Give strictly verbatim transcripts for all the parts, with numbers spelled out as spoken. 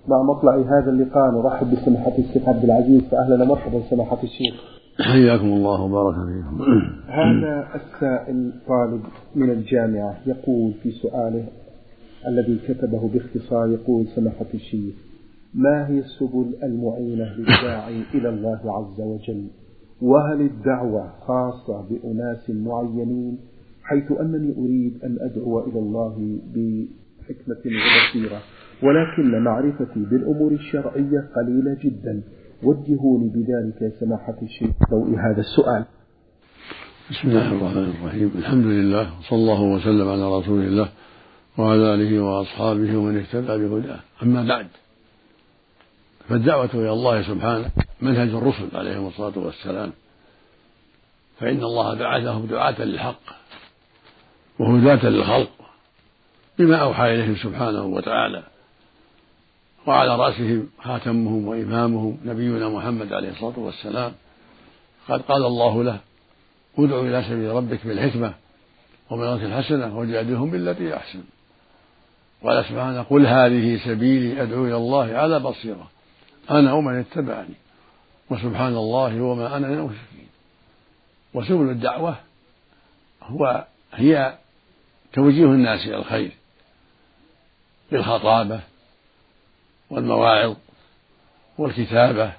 مع مطلع هذا اللقاء نرحب بسماحة الشيخ عبد العزيز، فأهلا ومرحبا سماحة الشيخ. حياكم الله وبارك فيكم. هذا السائل طالب من الجامعة يقول في سؤاله الذي كتبه باختصار، يقول: سماحة الشيخ، ما هي السبل المعينة للداعي إلى الله عز وجل؟ وهل الدعوة خاصة بأناس معينين، حيث أنني أريد أن أدعو إلى الله بحكمة وبصيرة، ولكن معرفتي بالأمور الشرعية قليلة جدا، وجهوني بذلك يا سماحة الشيخ ضوء هذا السؤال. بسم الله الرحمن الرحيم، الحمد لله، صلى الله وسلم على رسول الله وعلى آله وأصحابه ومن اهتدى بهداه. أما بعد، فالدعوة إلى الله سبحانه منهج الرسل عليهم الصلاة والسلام، فإن الله بعثهم دعاة للحق وهداة للخلق بما أوحى إليهم سبحانه وتعالى، وعلى رأسهم خاتمهم وإمامهم نبينا محمد عليه الصلاة والسلام. قد قال الله له: ادع إلى سبيل ربك بالحكمة وموعظة الحسنة وجادلهم بالتي أحسن. قال سبحانه: قل هذه سبيلي أدعو إلى الله على بصيرة أنا ومن اتبعني وسبحان الله وما أنا من المشركين. وسبل الدعوة هو هي توجيه الناس إلى الخير بالخطابة والمواعظ والكتابة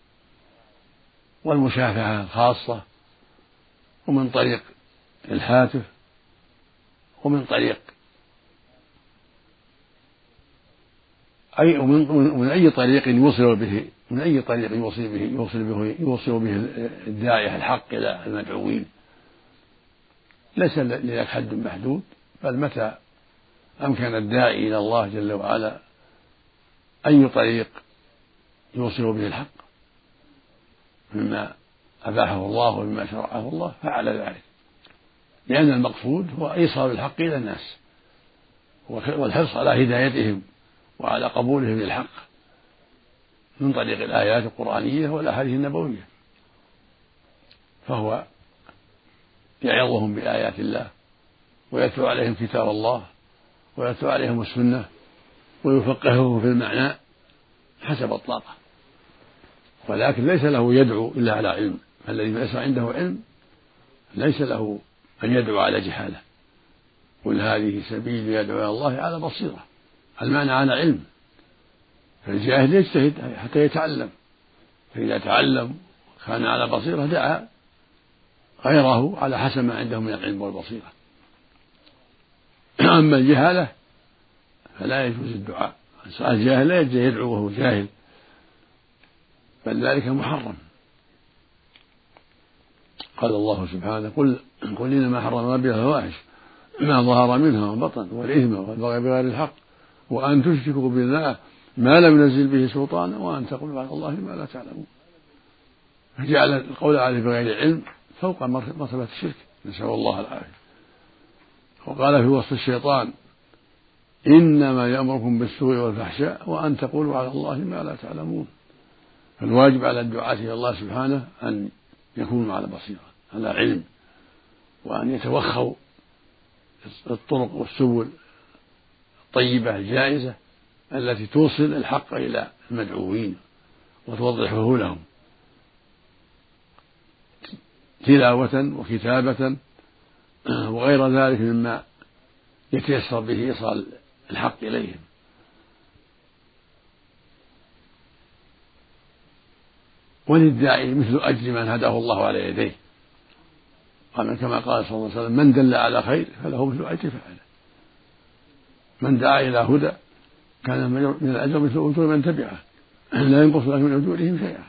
والمشافهة الخاصة، ومن طريق الهاتف، ومن طريق أي ومن أي طريق يوصل به من أي طريق يوصل به يوصل به يوصل به الداعية الحق إلى المدعوين. ليس لذلك حد محدود، بل متى أمكن الداعي إلى الله جل وعلا أي طريق يوصل به الحق مما أباحه الله ومما شرعه الله فعل ذلك، لأن المقصود هو إيصال الحق إلى الناس والحرص على هدايتهم وعلى قبولهم للحق من طريق الآيات القرآنية والأحاديث النبوية. فهو يعظهم بآيات الله ويتلو عليهم كتاب الله ويتلو عليهم السنة ويفقههم في المعنى حسب الطاقة، ولكن ليس له يدعو إلا على علم. فالذي ليس عنده علم ليس له أن يدعو على جهالة. قل هذه سبيلي يدعو إلى الله على بصيرة، المعنى على علم. فالجاهل يجتهد حتى يتعلم، فإذا تعلم كان على بصيرة دعا غيره على حسب ما عنده من العلم والبصيرة. أما الجهالة فلا يجوز الدعاء. الجاهل لا يجوز يدعو وهو جاهل، بل ذلك محرم. قال الله سبحانه: قل قل إنما حرم ربي الفواحش ما ظهر منها وبطن والإثم والبغي بغير الحق وأن تشركوا بالله ما لم ينزل به سلطانا وأن تقولوا على الله ما لا تعلمون. فجعل القول عليه بغير علم فوق مرتبة الشرك، نسأل الله العافية. وقال في وصف الشيطان: إنما يأمركم بالسوء والفحشاء وأن تقولوا على الله ما لا تعلمون. فالواجب على الدعاة إلى الله سبحانه أن يكونوا على بصيرة على علم، وأن يتوخوا الطرق والسبل الطيبة الجائزة التي توصل الحق إلى المدعوين وتوضحه لهم تلاوة وكتابة وغير ذلك مما يتيسر به إيصال الحق إليهم. وللداعي مثل أجر من هداه الله على يديه، قال كما قال صلى الله عليه وسلم: من دل على خير فله مثل أجر فعله. من دعا إلى هدى كان من الأجر مثل أجور من تبعه لا ينقص له من أجورهم شيئا.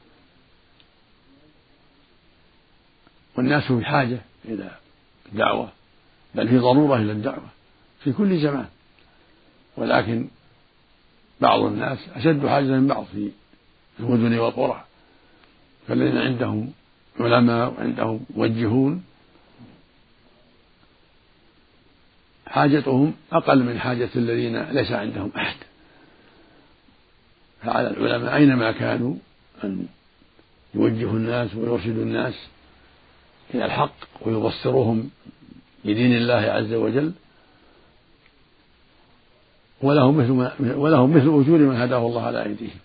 والناس في حاجة إلى الدعوة، بل في ضرورة إلى الدعوة في كل زمان، ولكن بعض الناس أشد حاجة من بعض في المدن والقرى. فالذين عندهم علماء وعندهم موجهون حاجتهم أقل من حاجة الذين ليس عندهم أحد. فعلى العلماء أينما كانوا أن يوجهوا الناس ويرشدوا الناس إلى الحق ويبصروهم بدين الله عز وجل ولهم مثل, ما ولهم مثل أجور من هداه الله على أيديهم،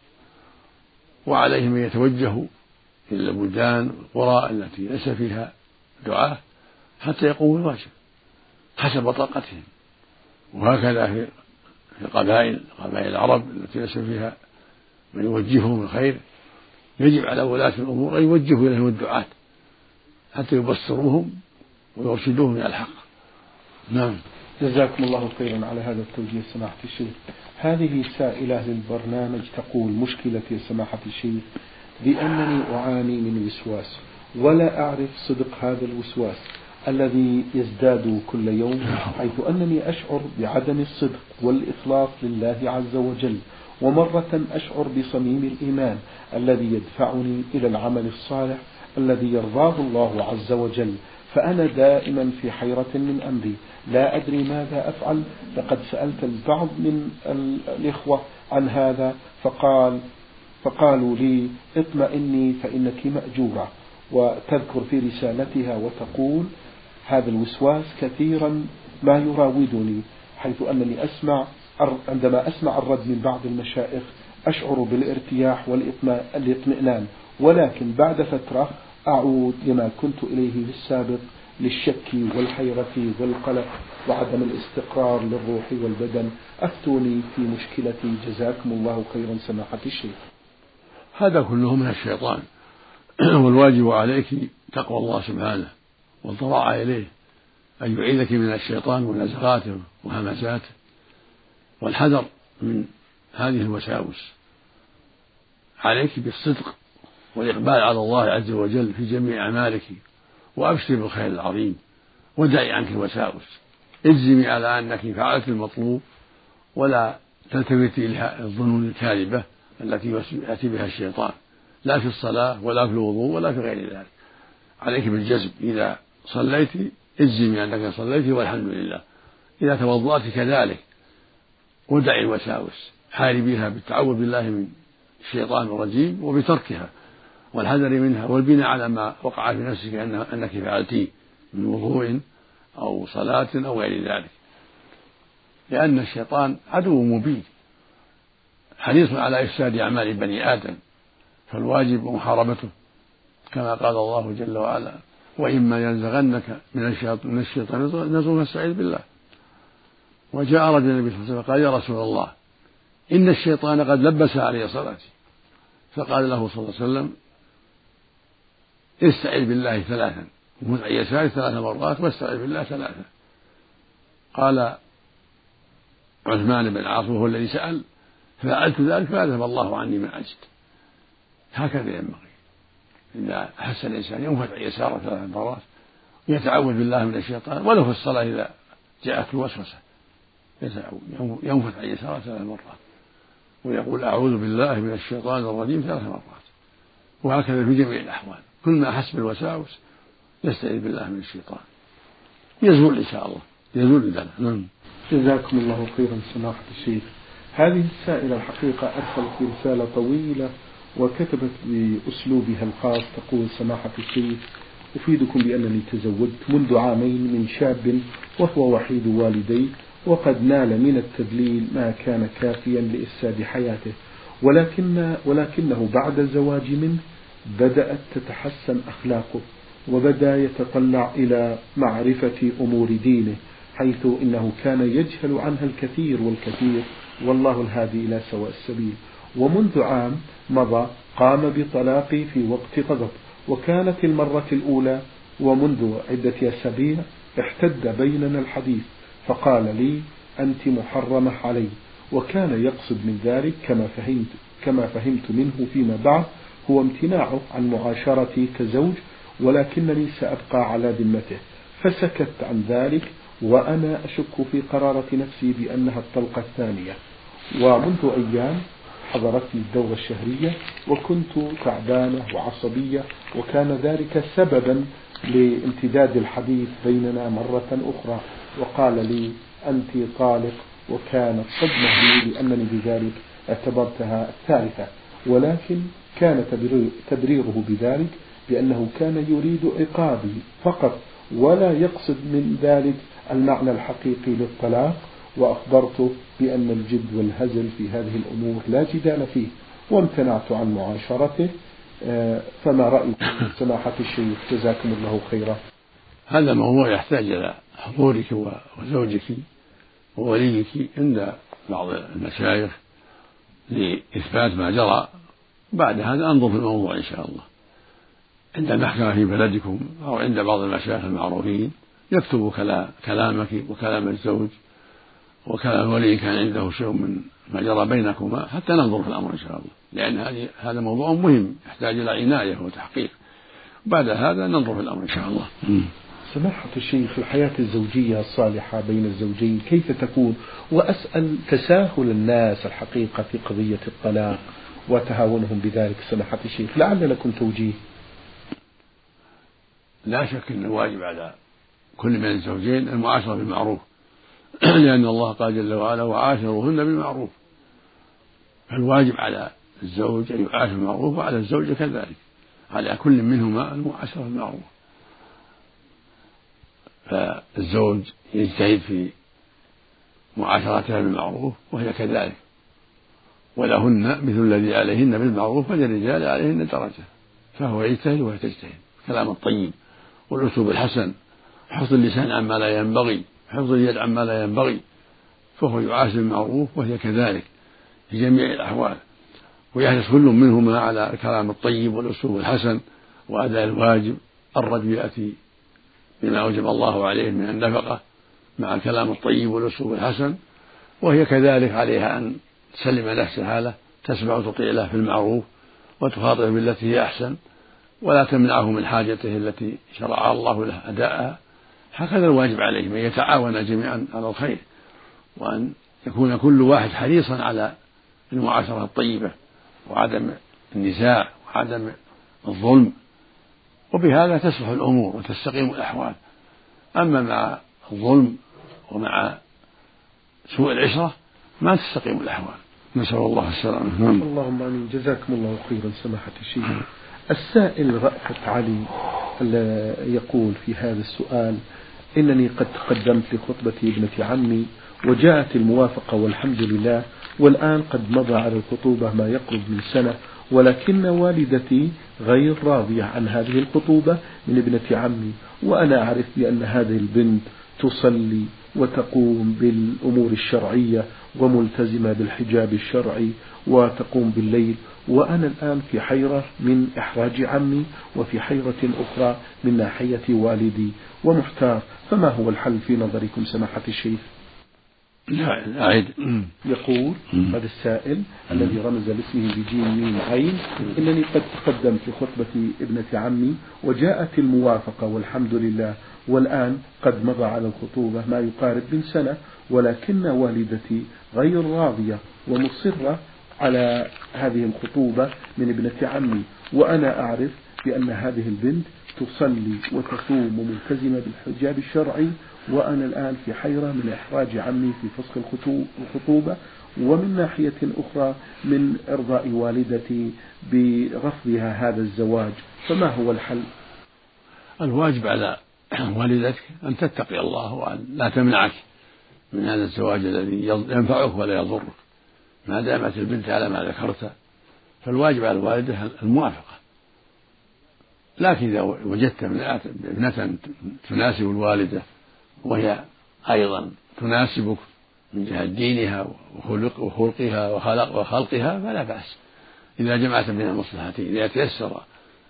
وعليهم أن يتوجهوا إلى البلدان والقرى التي ليس فيها دعاة حتى يقوموا بالواجب حسب طاقتهم. وهكذا في القبائل قبائل العرب التي ليس فيها من يوجههم الخير يجب على ولاة الأمور أن يوجهوا إليهم الدعاة حتى يبصروهم ويرشدوهم إلى الحق. نعم. جزاكم الله خيرا على هذا التوجيه سماحة الشيخ. هذه سائلة للبرنامج تقول: مشكلتي سماحة الشيخ بأنني أعاني من وسواس ولا أعرف صدق هذا الوسواس الذي يزداد كل يوم، حيث أنني أشعر بعدم الصدق والإخلاص لله عز وجل، ومرة أشعر بصميم الإيمان الذي يدفعني إلى العمل الصالح الذي يرضاه الله عز وجل، فأنا دائما في حيرة من أمري لا أدري ماذا أفعل. لقد سألت البعض من الإخوة عن هذا فقال فقالوا لي: اطمئني فإنك مأجورة. وتذكر في رسالتها وتقول: هذا الوسواس كثيرا ما يراودني، حيث أنني أسمع عندما أسمع الرد من بعض المشايخ أشعر بالارتياح والاطمئنان، ولكن بعد فترة أعود لما كنت إليه في السابق، للشك والحيرة والقلق وعدم الاستقرار للروح والبدن. أفتوني في مشكلتي جزاكم الله خيرا سماحة الشيخ. هذا كله من الشيطان، والواجب عليك تقوى الله سبحانه والضراعة إليه أن يعيذك من الشيطان ونزغاته وهمساته، والحذر من هذه الوساوس. عليك بالصدق والإقبال على الله عز وجل في جميع أعمالك، وأبشر بالخير العظيم، ودعي عنك الوساوس. اجزمي على أنك فعلت المطلوب، ولا تلتفتي إلى الظنون الكاذبة التي يأتي بها الشيطان، لا في الصلاة ولا في الوضوء ولا في غير ذلك. عليك بالجزم، إذا صليت اجزمي أنك صليت والحمد لله، إذا توضأت كذلك، ودعي الوساوس، حاربيها بالتعوذ بالله من الشيطان الرجيم وبتركها والحذر منها، والبناء على ما وقع في نفسك أنك فعلتيه من وضوء أو صلاة أو غير ذلك، لأن الشيطان عدو مبين حريص على إفساد أعمال بني آدم، فالواجب محاربته، كما قال الله جل وعلا: وإما ينزغنك من الشيطان نزغ فاستعذ بالله. وجاء رجل النبي صلى الله عليه وسلم قال: يا رسول الله، إن الشيطان قد لبس علي صلاتي. فقال له صلى الله عليه وسلم: استعذ بالله ثلاثا، وخذ عن يسارك ثلاث مرات واستعذ بالله ثلاثا. قال عثمان بن عاص وهو الذي سأل: ففعلت ذلك فأذهب الله عني ما أجد. هكذا ينبغي، إذا أحس الإنسان ينفث عن يساره ثلاث مرات ويتعوذ بالله من الشيطان، ولو في الصلاة إذا جاءت الوسوسة ينفث عن يساره ثلاث مرات ويقول: أعوذ بالله من الشيطان الرجيم ثلاث مرات. وهكذا في جميع الأحوال، كل ما أحس بالوساوس يستعيذ بالله من الشيطان، يزول إن شاء الله، يزول الدلع. نعم. جزاكم الله خيرا سماحة الشيخ. هذه السائلة الحقيقة أرسلت في رسالة طويلة وكتبت بأسلوبها الخاص، تقول: سماحة الشيخ، أفيدكم بأنني تزوجت منذ عامين من شاب وهو وحيد والديه، وقد نال من التدليل ما كان كافيا لإفساد حياته، ولكن ولكنه بعد الزواج منه بدأت تتحسن أخلاقه، وبدأ يتطلع إلى معرفة أمور دينه، حيث إنه كان يجهل عنها الكثير والكثير، والله الهادي إلى سواء السبيل. ومنذ عام مضى قام بطلاقي في وقت غضب، وكانت المرة الأولى، ومنذ عدة أسابيع احتد بيننا الحديث، فقال لي: أنت محرمة علي. وكان يقصد من ذلك كما فهمت كما فهمت منه فيما بعد هو امتناعه عن معاشرتي كزوج، ولكنني سأبقى على ذمته. فسكت عن ذلك، وأنا أشك في قرارة نفسي بأنها الطلقة الثانية. ومنذ أيام حضرتني الدورة الشهرية، وكنت تعبانة وعصبية، وكان ذلك سببا لامتداد الحديث بيننا مرة أخرى، وقال لي: أنت طالق. وكانت صدمة لي لأنني بذلك اعتبرتها الثالثة، ولكن كان تبريره بذلك بأنه كان يريد عقابي فقط، ولا يقصد من ذلك المعنى الحقيقي للطلاق، وأخبرته بأن الجد والهزل في هذه الأمور لا جدال فيه وامتنعت عن معاشرته، فما رأيكم سماحة الشيخ جزاكم الله خيرا؟ هذا موضوع يحتاج إلى حضورك وزوجك ووليك عند بعض المشايخ لإثبات ما جرى. بعد هذا أنظر في الموضوع إن شاء الله عند المحكمة في بلدكم أو عند بعض المشايخ المعروفين، يكتب كلامك وكلام الزوج وكلام ولي كان عنده شيء من ما جرى بينكما حتى ننظر في الأمر إن شاء الله، لأن هذه هذا موضوع مهم يحتاج إلى عناية وتحقيق. بعد هذا ننظر في الأمر إن شاء الله. سماحة الشيخ، الحياة الزوجية الصالحة بين الزوجين كيف تكون؟ وأسأل تساهل الناس الحقيقة في قضية الطلاق وتهاونهم بذلك سماحة الشيخ، لعل لكم توجيه. لا شك أن الواجب على كل من الزوجين المعاشرة بالمعروف لأن الله قال جل وعلا وعاشروهن بالمعروف، فالواجب على الزوج أن يعاشر بالمعروف وعلى الزوجة كذلك، على كل منهما المعاشرة بالمعروف. فالزوج يجتهد في معاشرتها بالمعروف وهي كذلك، ولهن مثل الذي عليهن بالمعروف وللرجال عليهن درجة، فهو يجتهد وهي تجتهد. الكلام الطيب والأسلوب الحسن، حفظ اللسان عما لا ينبغي، حفظ اليد عما لا ينبغي، فهو يعاشر بالمعروف وهي كذلك في جميع الأحوال، ويحرص كل منهما على الكلام الطيب والأسلوب الحسن وأداء الواجب. الرجل يأتي بما أوجب الله عليه من النفقة مع الكلام الطيب والأسلوب الحسن، وهي كذلك عليها أن تسلم نفسها له، تسمع وتطيع له في المعروف وتخاطب بالتي هي أحسن، ولا تمنعه من حاجته التي شرع الله له أداءها. هكذا الواجب عليهم أن يتعاون جميعا على الخير، وأن يكون كل واحد حريصا على المعاشرة الطيبة وعدم النزاع وعدم الظلم، وبهذا تصلح الأمور وتستقيم الأحوال. أما مع الظلم ومع سوء العشرة ما تستقيم الأحوال. نسأل الله السلامة. اللهم آمين. جزاكم الله خيرا سماحة الشيخ. السائل رأفت علي يقول في هذا السؤال: إنني قد تقدمت لخطبة ابنة عمي وجاءت الموافقة والحمد لله، والآن قد مضى على الخطوبة ما يقرب من سنة، ولكن والدتي غير راضية عن هذه الخطوبة من ابنة عمي، وأنا أعرف بأن هذه البنت تصلي وتقوم بالأمور الشرعية وملتزمة بالحجاب الشرعي وتقوم بالليل، وأنا الآن في حيرة من إحراج عمي وفي حيرة أخرى من ناحية والدي ومحتار، فما هو الحل في نظركم سماحة الشيخ؟ لا أعيد. يقول هذا السائل الذي رمز لاسمه بجيم ميم عين: إنني قد تقدمت في خطبة ابنة عمي وجاءت الموافقة والحمد لله، والآن قد مضى على الخطوبة ما يقارب من سنة، ولكن والدتي غير راضية ومصرة على هذه الخطوبة من ابنة عمي، وأنا أعرف بأن هذه البنت تصلي وتصوم وملتزمة بالحجاب الشرعي، وأنا الآن في حيرة من إحراج عمي في فسخ الخطوبة، ومن ناحية أخرى من إرضاء والدتي برفضها هذا الزواج، فما هو الحل؟ الواجب على والدتك أن تتقي الله وأن لا تمنعك من هذا الزواج الذي ينفعك ولا يضرك، ما دامت البنت على ما ذكرت، فالواجب على الوالدة الموافقة. لكن إذا وجدت ابنة تناسب الوالدة وهي أيضا تناسبك من جهة دينها وخلقها وخلق وخلقها فلا بأس إذا جمعت بين المصلحتين. إذا تيسر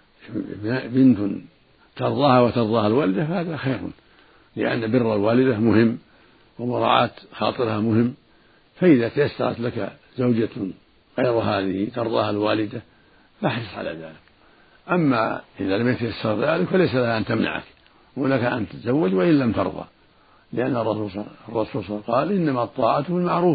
بنت ترضاها وترضاها الوالدة فهذا خير، لأن بر الوالدة مهم ومراعاة خاطرها مهم. فإذا تيسرت لك زوجة غير هذه ترضاها الوالدة فاحرص على ذلك. أما إذا لم يتيسر ذلك فليس لها أن تمنعك، ولك أن تتزوج وإن لم ترضى، لأن الرسول صلى الله عليه وسلم قال: إنما الطاعة بالمعروف،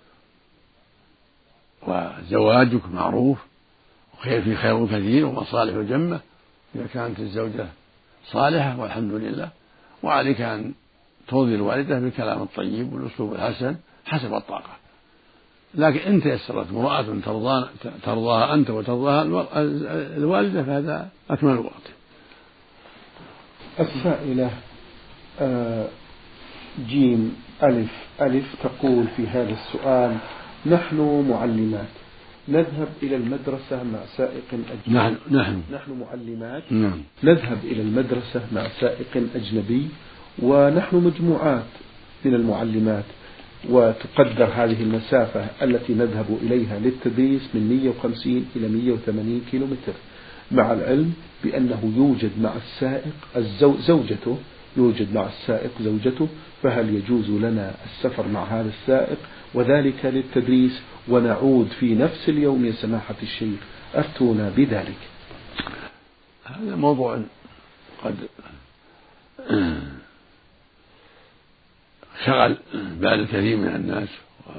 وزواجك معروف وخير في خير كثير ومصالح جمة إذا كانت الزوجة صالحة والحمد لله. وعليك أن ترضي الوالدة بالكلام الطيب والأسلوب الحسن حسب الطاقة. لكن إن تيسرت امرأة ترضاها أنت وترضاها الوالدة فهذا أكمل الوقت. السائلة جيم ألف ألف تقول في هذا السؤال: نحن معلمات نذهب إلى المدرسة مع سائق أجنبي. نحن نحن نحن معلمات نعم. نذهب إلى المدرسة مع سائق أجنبي، ونحن مجموعات من المعلمات، وتقدر هذه المسافة التي نذهب إليها للتدريس من مئة وخمسين إلى مئة وثمانين كيلومتر، مع العلم بأنه يوجد مع السائق الزو... زوجته يوجد مع السائق زوجته، فهل يجوز لنا السفر مع هذا السائق وذلك للتدريس ونعود في نفس اليوم يا سماحة الشيخ؟ أفتونا بذلك. هذا موضوع قد شغل بال الكثير من الناس،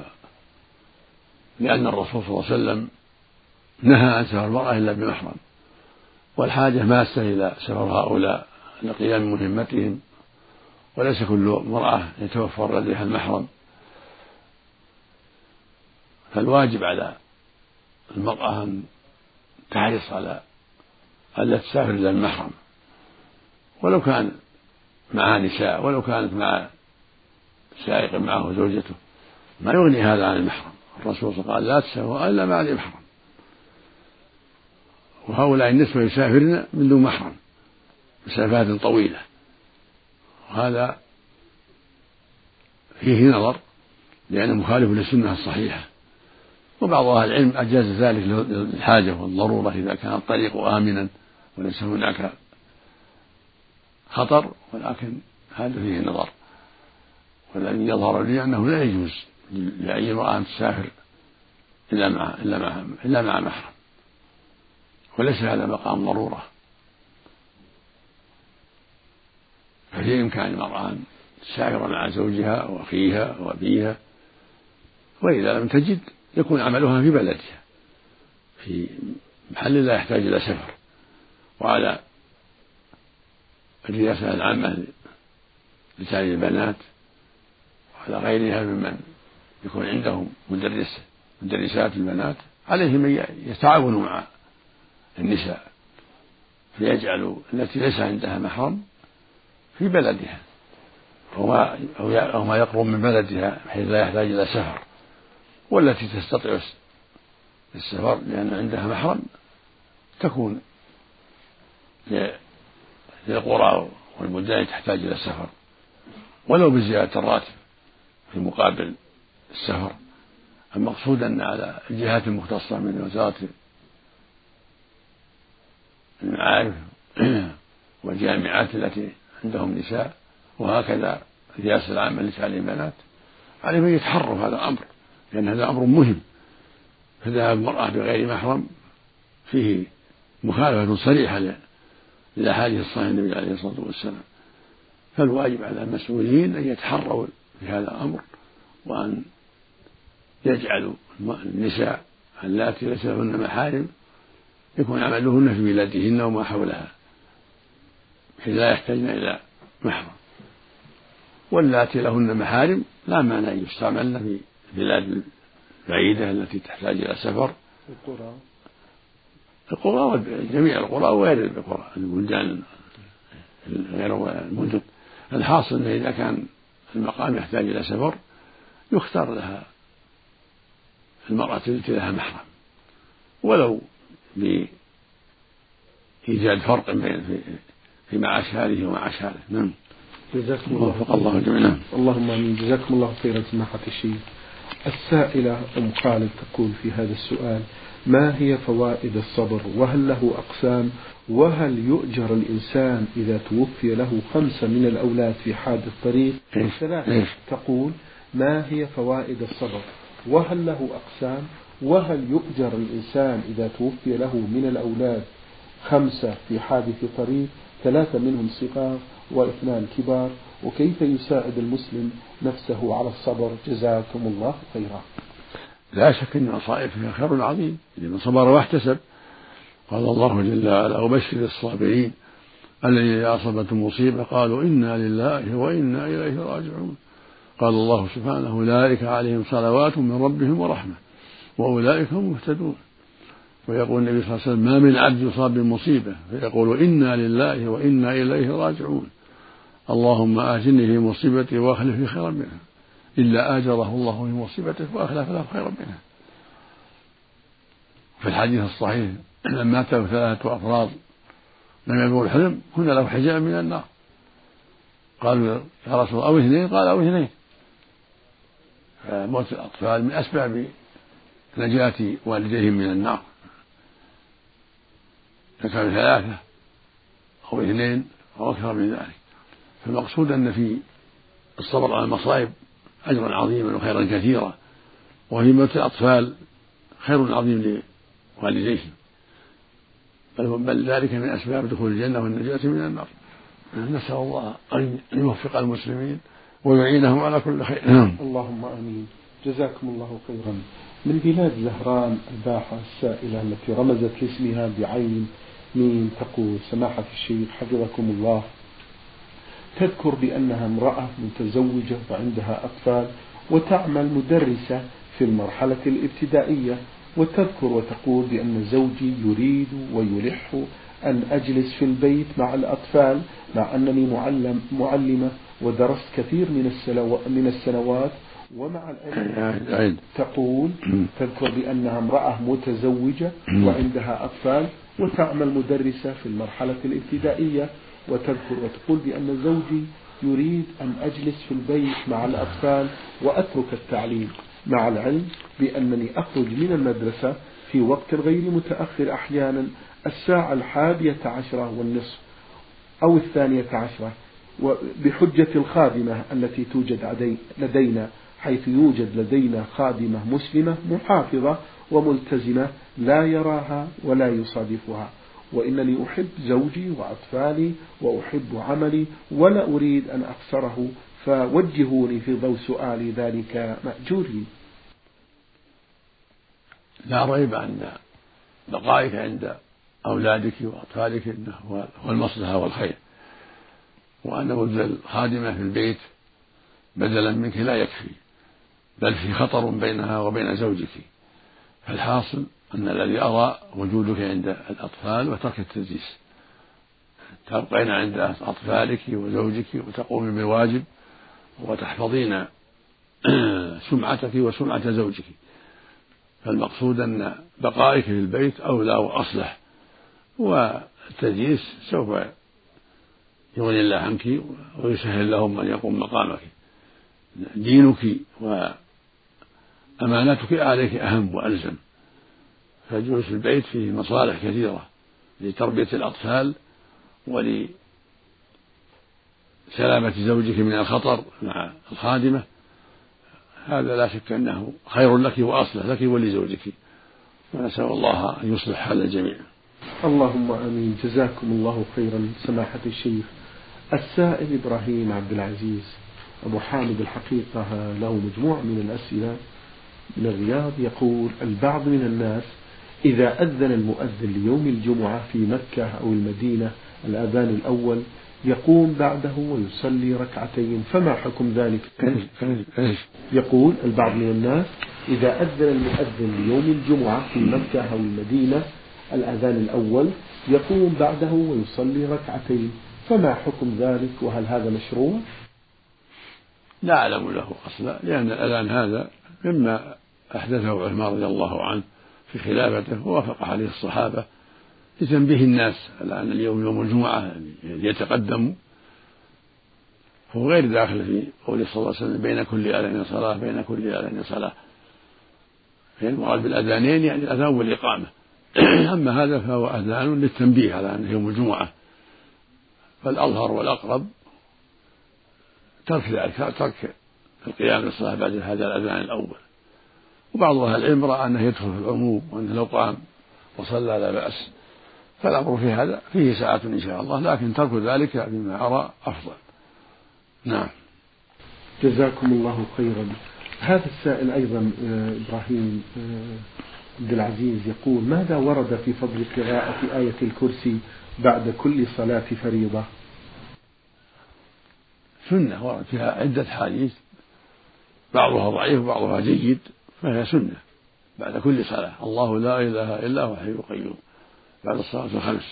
لأن الرسول صلى الله عليه وسلم نهى عن سفر المرأة إلا بمحرم، والحاجة ماسة إلى سفر هؤلاء لقيام مهمتهم، وليس كل امرأة يتوفر لديها المحرم، فالواجب على المرأة أن تحرص على ألا تسافر إلى المحرم، ولو كان معها نساء، ولو كانت مع سائق معه زوجته، ما يغني هذا عن المحرم. الرسول صلى الله عليه وسلم قال: لا تسافروا إلا مع ذي محرم. وهؤلاء النسوة يسافرن من دون محرم مسافات طويلة، وهذا فيه نظر لأنه مخالف للسنة الصحيحة. وبعض أهل العلم أجاز ذلك للحاجة والضرورة إذا كان الطريق آمنا وليس هناك خطر، ولكن هذا فيه نظر. والذي يظهر لي أنه لا يجوز لأي امرأة أن تسافر إلا مع إلا مع إلا مع محرم، وليس هذا مقام ضرورة، ففي إمكان المرأة أن تسافر مع زوجها وأخيها وأبيها، وإذا لم تجد يكون عملها في بلدها في محل لا يحتاج إلى سفر. وعلى الرئاسة العامة لتعليم البنات وعلى غيرها ممن يكون عندهم مدرس مدرسات البنات عليهم أن يتعاونوا مع النساء فيجعلوا التي ليس عندها محرم في بلدها أو ما يقرب من بلدها بحيث لا يحتاج إلى سفر، والتي تستطيع السفر لأن عندها محرم تكون للقرى والبلدان تحتاج إلى السفر ولو بزيادة الراتب في مقابل السفر. المقصود أن على الجهات المختصة من وزارة المعارف والجامعات التي عندهم نساء وهكذا الرئاسة العامة لتعليم البنات عليهم أن يتحروا هذا الأمر، لأن هذا أمر مهم. فذهاب المرأة بغير محرم فيه مخالفة صريحة للأحاديث الصحيحة النبي عليه الصلاة والسلام، فالواجب على المسؤولين أن يتحروا في هذا الأمر، وأن يجعلوا النساء اللاتي ليس لهن محارم يكون عملهن في بلادهن وما حولها بحيث لا يحتاجن إلى محرم، واللاتي لهن محارم لا مانع أن يستعملن في البلاد البعيدة التي تحتاج إلى سفر، القرى القرى جميع القرى وغير القرى البلدان غير المدن. الحاصل أنه إذا كان المقام يحتاج إلى سفر يختار لها المرأة التي لها محرم ولو بإيجاد فرق بين في, في معاش هذه ومعاش هذا. نعم. جزاكم الله وفق الله جميعا. اللهم آمين. جزاكم الله خيرا سماحة الشيخ. السائلة أم خالد تقول في هذا السؤال: ما هي فوائد الصبر، وهل له أقسام، وهل يؤجر الإنسان إذا توفي له خمسة من الأولاد في حادث طريق؟ ثلاثة تقول: ما هي فوائد الصبر، وهل له أقسام، وهل يؤجر الإنسان إذا توفي له من الأولاد خمسة في حادث طريق، ثلاثة منهم صغار واثنان كبار، وكيف يساعد المسلم نفسه على الصبر؟ جزاكم الله خيرا. لا شك أن المصائب فيها خير عظيم لمن صبر واحتسب. قال الله جل وعلا: وبشر الصابرين الذين إذا أصابتهم مصيبة قالوا إنا لله وإنا إليه راجعون. قال الله سبحانه: أولئك عليهم صلوات من ربهم ورحمة وأولئك هم المهتدون. ويقول النبي صلى الله عليه وسلم: ما من عبد يصاب بمصيبة فيقول إنا لله وإنا إليه راجعون اللهم آجني في مصيبتي وأخلف لي خيرا منها إلا آجره الله في مصيبته وأخلف له خيرا منها. في الحديث الصحيح لما مات ثلاثة أفراد لم يبلغوا الحلم كنا له حجاب من النار. قالوا يا رسول الله أو اثنين؟ قال أو اثنين. فموت الأطفال من أسباب نجاة والديهم من النار، فكانوا ثلاثة أو اثنين أو أكثر من ذلك. فالمقصود أن في الصبر على المصائب أجرا عظيما وخيرا كثيرا، وفي موت الأطفال خير عظيم لوالديهم، بل ذلك من أسباب دخول الجنة والنجاة من النار. نسأل الله أن يوفق المسلمين ويعينهم على كل خير. اللهم آمين. جزاكم الله خيرا. من بلاد زهران الباحة السائلة التي رمزت لاسمها بعين ميم تقول: سماحة الشيخ حفظكم الله، تذكر بأنها امرأة متزوجة وعندها أطفال وتعمل مدرسة في المرحلة الابتدائية، وتذكر وتقول بأن زوجي يريد ويلح أن أجلس في البيت مع الأطفال مع أنني معلم معلمة ودرست كثير من من السنوات، ومع العلم تقول تذكر بأنها امرأة متزوجة وعندها أطفال وتعمل مدرسة في المرحلة الابتدائية، وتذكر وتقول بأن زوجي يريد أن أجلس في البيت مع الأطفال وأترك التعليم، مع العلم بأنني أخرج من المدرسة في وقت غير متأخر أحيانا الساعة الحادية عشرة والنصف أو الثانية عشرة، بحجة الخادمة التي توجد لدينا، حيث يوجد لدينا خادمة مسلمة محافظة وملتزمة لا يراها ولا يصادفها، وإنني أحب زوجي وأطفالي وأحب عملي ولا أريد أن أخسره، فوجهوني في ضوء سؤالي ذلك مأجوري. لا ريب أن بقائك عند أولادك وأطفالك إنه هو المصلحة والخير، وأن وجود الخادمة في البيت بدلا منك لا يكفي، بل في خطر بينها وبين زوجك. فالحاصل أن الذي أرى وجودك عند الأطفال وترك التدريس، تبقين عند أطفالك وزوجك وتقومين بالواجب وتحفظين سمعتك وسمعة زوجك. فالمقصود أن بقائك في البيت أولى وأصلح، والتدريس سوف يغني الله عنك ويسهل لهم من يقوم مقامك. دينك وأمانتك عليك أهم وألزم، فالجلوس في البيت فيه مصالح كثيرة لتربية الأطفال ولسلامة زوجك من الخطر مع الخادمة. هذا لا شك أنه خير لك وأصلح لك ولزوجك، ونسأل الله أن يصلح حال الجميع. اللهم آمين. جزاكم الله خيرا سماحة الشيخ. السائل إبراهيم عبد العزيز أبو حامد الحقيقة له مجموعة من الأسئلة من الرياض، يقول: البعض من الناس إذا أذن المؤذن ليوم الجمعة في مكة أو المدينة الأذان الأول يقوم بعده ويصلي ركعتين، فما حكم ذلك؟ يقول: البعض من الناس إذا أذن المؤذن ليوم الجمعة في مكة أو المدينة الأذان الأول يقوم بعده ويصلي ركعتين، فما حكم ذلك؟ وهل هذا مشروع؟ لا أعلم له أصلا، لأن الأذان هذا مما أحدثه عثمان رضي الله عنه في خلافته ووافق عليه الصحابة لتنبيه الناس على أن اليوم يوم الجمعة يتقدم، هو غير داخل في قوله صلى الله عليه وسلم: بين كل أذان صلاة بين كل أذان صلاة. المراد بالأذانين يعني الأذان والإقامة. أما هذا فهو أذان للتنبيه على أنه يوم الجمعة، فالأظهر والأقرب ترك ذلك، ترك القيام للصلاة بعد هذا الأذان الأول. وبعض أهل العلم رأى أنه يدخل في العموم، وأنه لو قام وصلى لا بأس، فالأمر في هذا فيه ساعة إن شاء الله، لكن ترك ذلك بما أرى أفضل. نعم. جزاكم الله خيرا. هذا السائل أيضا إبراهيم عبد العزيز يقول: ماذا ورد في فضل قراءة آية الكرسي بعد كل صلاة فريضة؟ سنة ورد فيها عدة حديث، بعضها ضعيف وبعضها جيد، فهي سنة بعد كل صلاة: الله لا إله إلا هو الحي القيوم، بعد الصلاة الخمس.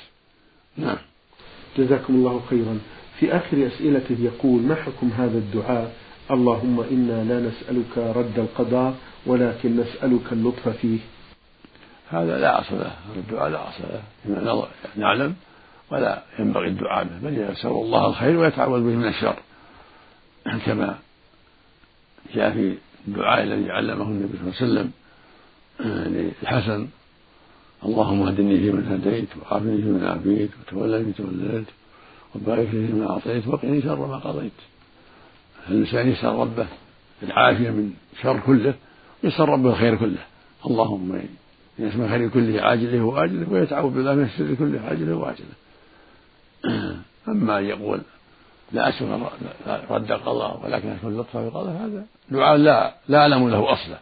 نعم. جزاكم الله خيرا. في آخر أسئلته يقول: ما حكم هذا الدعاء اللهم إنا لا نسألك رد القضاء ولكن نسألك اللطف فيه. هذا لا أصل له، الدعاء لا أصل له فيما نعلم، ولا ينبغي الدعاء به، بل يسأل الله الخير ويتعوذ به من الشر، كما جاء في الدعاء الذي علمه النبي صلى الله عليه وسلم للحسن: اللهم اهدني فيمن هديت، وعافني فيمن عافيت، وتولني توليت، وبارك لي فيما أعطيت، وقني شر ما قضيت. الإنسان يسأل ربه العافية من شر كله، ويسأل ربه الخير كله. اللهم يسمى الخير كله عاجله وآجله، ويتعوذ بالله من الشر كله عاجله وآجله. أما يقول لا أسأل رد القضاء ولكن أسأل اللطف في القضاء، هذا دعاء لا لا أعلم له أصلا،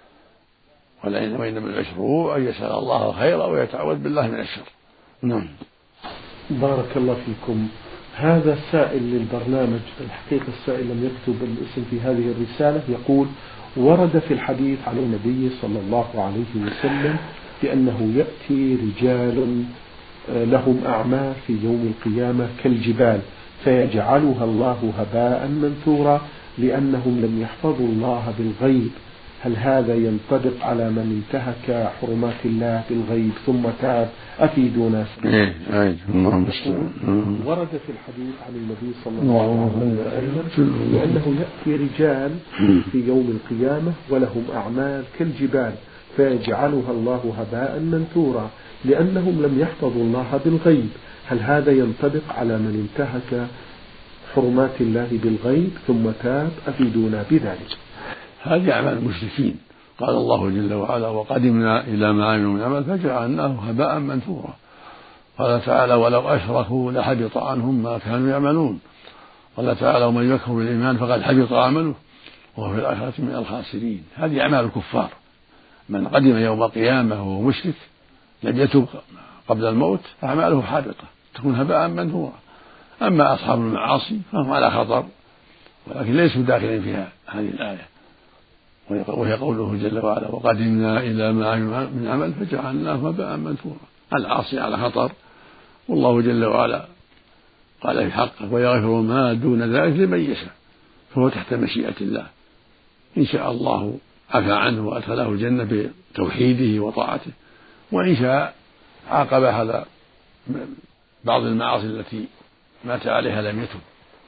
وإنما المشروع أن يسأل الله الخير ويتعوذ بالله من الشر. نعم. بارك الله فيكم. هذا سائل للبرنامج، الحقيقة السائل لم يكتب الاسم في هذه الرسالة، يقول: ورد في الحديث عن النبي صلى الله عليه وسلم بأنه يأتي رجال لهم أعمال في يوم القيامة كالجبال فيجعلها الله هباء منثورا لأنهم لم يحفظوا الله بالغيب، هل هذا ينطبق على من انتهك حرمات الله بالغيب ثم تاب؟ أفيدونا. إيه أيه اللهم ورد في الحديث عن النبي صلى الله عليه وسلم بأنه يأتي رجال في يوم القيامة ولهم أعمال كالجبال فيجعلها الله هباء منثورا لأنهم لم يحفظوا الله بالغيب، هل هذا ينطبق على من انتهك حرمات الله بالغيب ثم تاب؟ أفيدونا بذلك. هذه أعمال المشركين، قال الله جل وعلا: وقدمنا إلى ما عملوا من عمل فجعلناه هباء منثورا. قال تعالى: ولو أشركوا لحبط عنهم ما كانوا يعملون. قال تعالى: ومن يكفر بالإيمان فقد حبط عمله وهو في الآخرة من الخاسرين. هذه أعمال الكفار، من قدم يوم القيامة وهو مشرك لم يتب قبل الموت أعماله حابطة تكون هباء منثورا. أما أصحاب المعاصي فهم على خطر ولكن ليسوا داخلين فيها هذه الآية، وهي قوله جل وعلا: وقدمنا إلى ما عملوا من عمل فجعلناه هباء منثورا. العاصي على خطر، والله جل وعلا قال في حقه: ويغفر ما دون ذلك لمن يشاء، فهو تحت مشيئة الله، إن شاء الله عفى عنه وأدخله الجنة بتوحيده وطاعته، وإن شاء عاقب على بعض المعاصي التي مات عليها لم يتب.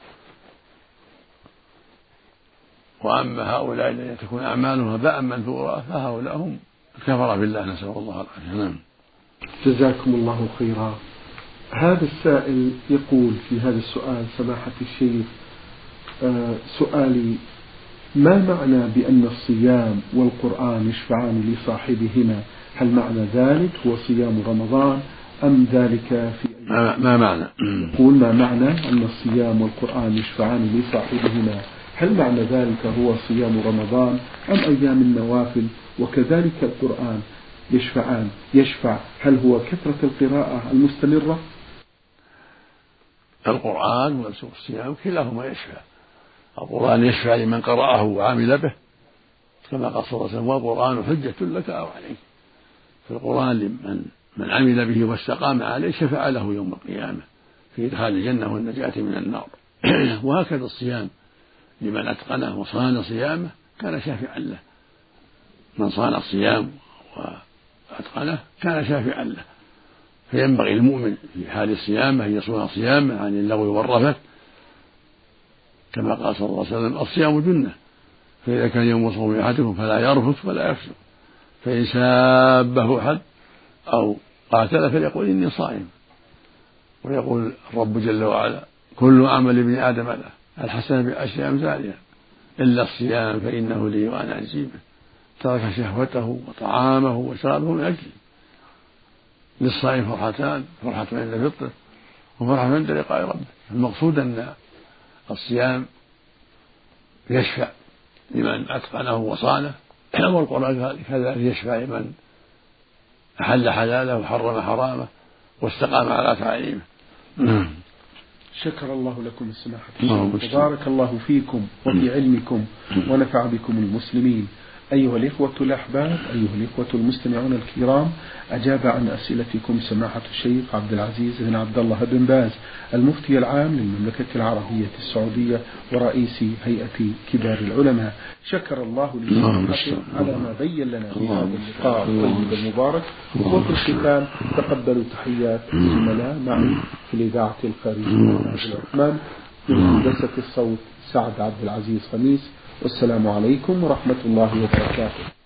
وأما هؤلاء الذين تكون أعمالهم هباء منثورا فهؤلاء هم الكفرة بالله، نسأل الله العافية. نعم. جزاكم الله خيرا. هذا السائل يقول في هذا السؤال: سماحة الشيخ، آه سؤالي: ما معنى بأن الصيام والقرآن يشفعان لصاحبهما؟ هل معنى ذلك هو صيام رمضان أم ذلك في ما, ما معنى يقول ما معنى أن الصيام والقرآن يشفعان لصاحبهما؟ هل معنى ذلك هو صيام رمضان أم أيام النوافل؟ وكذلك القرآن يشفعان يشفع هل هو كثرة القراءة المستمرة؟ القرآن والصيام كلاهما يشفع. القرآن يشفع لمن قرأه وعمل به كما قال صلى الله عليه وسلم: والقرآن حجة لك أو عليك. في القرآن لمن من عمل به واستقام عليه شفع له يوم القيامة في إدخال الجنة والنجاة من النار. وهكذا الصيام لمن أتقنه وصان صيامه كان شافعا له، من صان الصيام وأتقنه كان شافعا له. فينبغي المؤمن في حال الصيام أن يصون صيامه عن اللغو والرفث، كما قال صلى الله عليه وسلم: الصيام جنة، فإذا كان يوم صوم أحدكم فلا يرفث ولا يفسق، فإن سابه أحد أو قاتل فليقول إني صائم. ويقول الرب جل وعلا: كل عمل ابن آدم له، الحسنة بعشر أمثالها إلا الصيام فإنه لي وأنا أجزي به، ترك شهوته وطعامه وشرابه من أجلي. للصائم فرحتان: فرحة عند فطره وفرحة عند لقاء ربه. المقصود أن الصيام يشفع لمن أتقنه وصانه، والقرآن كذلك يشفع لمن أحل حلاله وحرم حرامه واستقام على تعاليمه. شكر الله لكم السماحة الشيخ، وبارك الله فيكم وفي علمكم ونفع بكم المسلمين. أيها الإخوة الأحباب، أيها الإخوة المستمعون الكرام، أجاب عن أسئلتكم سماحة الشيخ عبد العزيز بن عبد الله بن باز المفتي العام للمملكة العربية السعودية ورئيس هيئة كبار العلماء. شكر الله لسماحته على ما بين لنا في هذا اللقاء الطيب المبارك. وفي الختام تقبلوا تحيات الزملاء معي في الإذاعة الخارجية عبد الرحمن، من هندسة الصوت سعد عبد العزيز خميس، والسلام عليكم ورحمة الله وبركاته.